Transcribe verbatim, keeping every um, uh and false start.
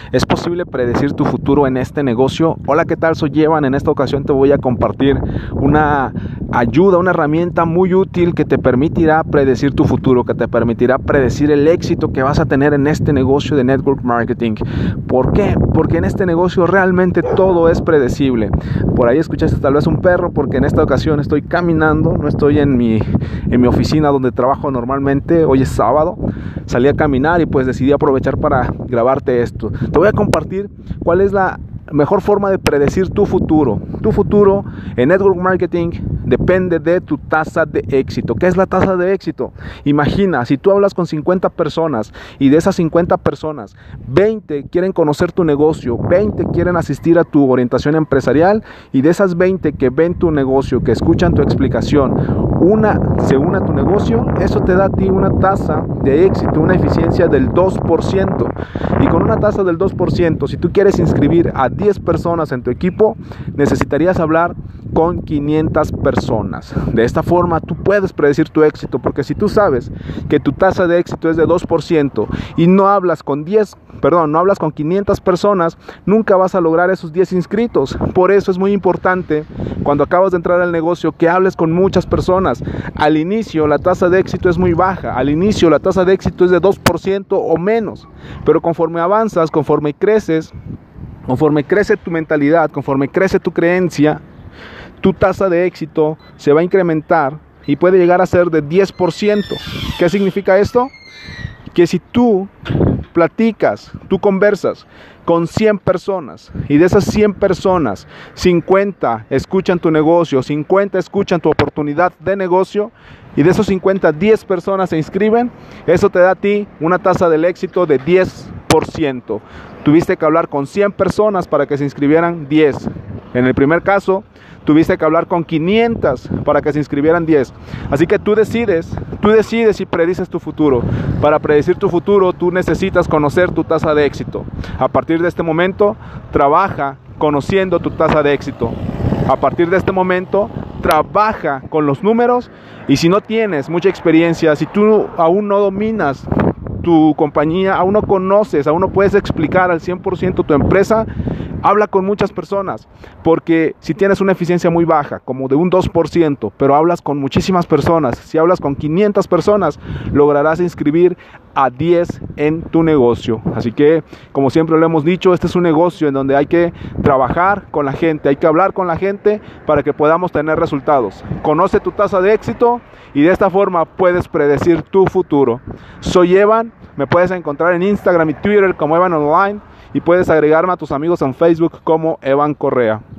¿Es posible predecir tu futuro en este negocio? Hola, ¿qué tal? Soy Evan. En esta ocasión te voy a compartir una ayuda, una herramienta muy útil que te permitirá predecir tu futuro, que te permitirá predecir el éxito que vas a tener en este negocio de network marketing. ¿Por qué? Porque en este negocio realmente todo es predecible. Por ahí escuchaste tal vez un perro, porque en esta ocasión estoy caminando, no estoy en mi, en mi oficina donde trabajo normalmente. Hoy es sábado, salí a caminar y pues decidí aprovechar para grabarte esto. Te voy a compartir cuál es la mejor forma de predecir tu futuro. Tu futuro en network marketing depende de tu tasa de éxito. ¿Qué es la tasa de éxito? Imagina, si tú hablas con cincuenta personas y de esas cincuenta personas, veinte quieren conocer tu negocio, veinte quieren asistir a tu orientación empresarial, y de esas veinte que ven tu negocio, que escuchan tu explicación, una se une a tu negocio, eso te da a ti una tasa de éxito, una eficiencia del dos por ciento. Y con una tasa del dos por ciento, si tú quieres inscribir a diez personas en tu equipo, necesitarías hablar con quinientas personas. De esta forma tú puedes predecir tu éxito, porque si tú sabes que tu tasa de éxito es de dos por ciento y no hablas con diez, perdón, no hablas con quinientas personas, nunca vas a lograr esos diez inscritos. Por eso es muy importante, cuando acabas de entrar al negocio, que hables con muchas personas. Al inicio la tasa de éxito es muy baja, al inicio la tasa de éxito es de dos por ciento o menos, pero conforme avanzas, conforme creces, conforme crece tu mentalidad, conforme crece tu creencia, tu tasa de éxito se va a incrementar y puede llegar a ser de diez por ciento. ¿Qué significa esto? Que si tú platicas, tú conversas con cien personas y de esas cien personas, cincuenta escuchan tu negocio, cincuenta escuchan tu oportunidad de negocio, y de esos cincuenta, diez personas se inscriben, eso te da a ti una tasa del éxito de diez por ciento. Tuviste que hablar con cien personas para que se inscribieran diez. En el primer caso, tuviste que hablar con quinientas para que se inscribieran diez. Así que tú decides, tú decides y predices tu futuro. Para predecir tu futuro, tú necesitas conocer tu tasa de éxito. A partir de este momento, trabaja conociendo tu tasa de éxito. A partir de este momento, trabaja con los números, y si no tienes mucha experiencia, si tú aún no dominas tu compañía, aún no conoces, aún no puedes explicar al cien por ciento tu empresa, habla con muchas personas, porque si tienes una eficiencia muy baja, como de un dos por ciento, pero hablas con muchísimas personas, si hablas con quinientas personas, lograrás inscribir a diez en tu negocio. Así que, como siempre lo hemos dicho, este es un negocio en donde hay que trabajar con la gente, hay que hablar con la gente para que podamos tener resultados. Conoce tu tasa de éxito y de esta forma puedes predecir tu futuro. Soy Evan, me puedes encontrar en Instagram y Twitter como Evan Online, y puedes agregarme a tus amigos en Facebook como Evan Correa.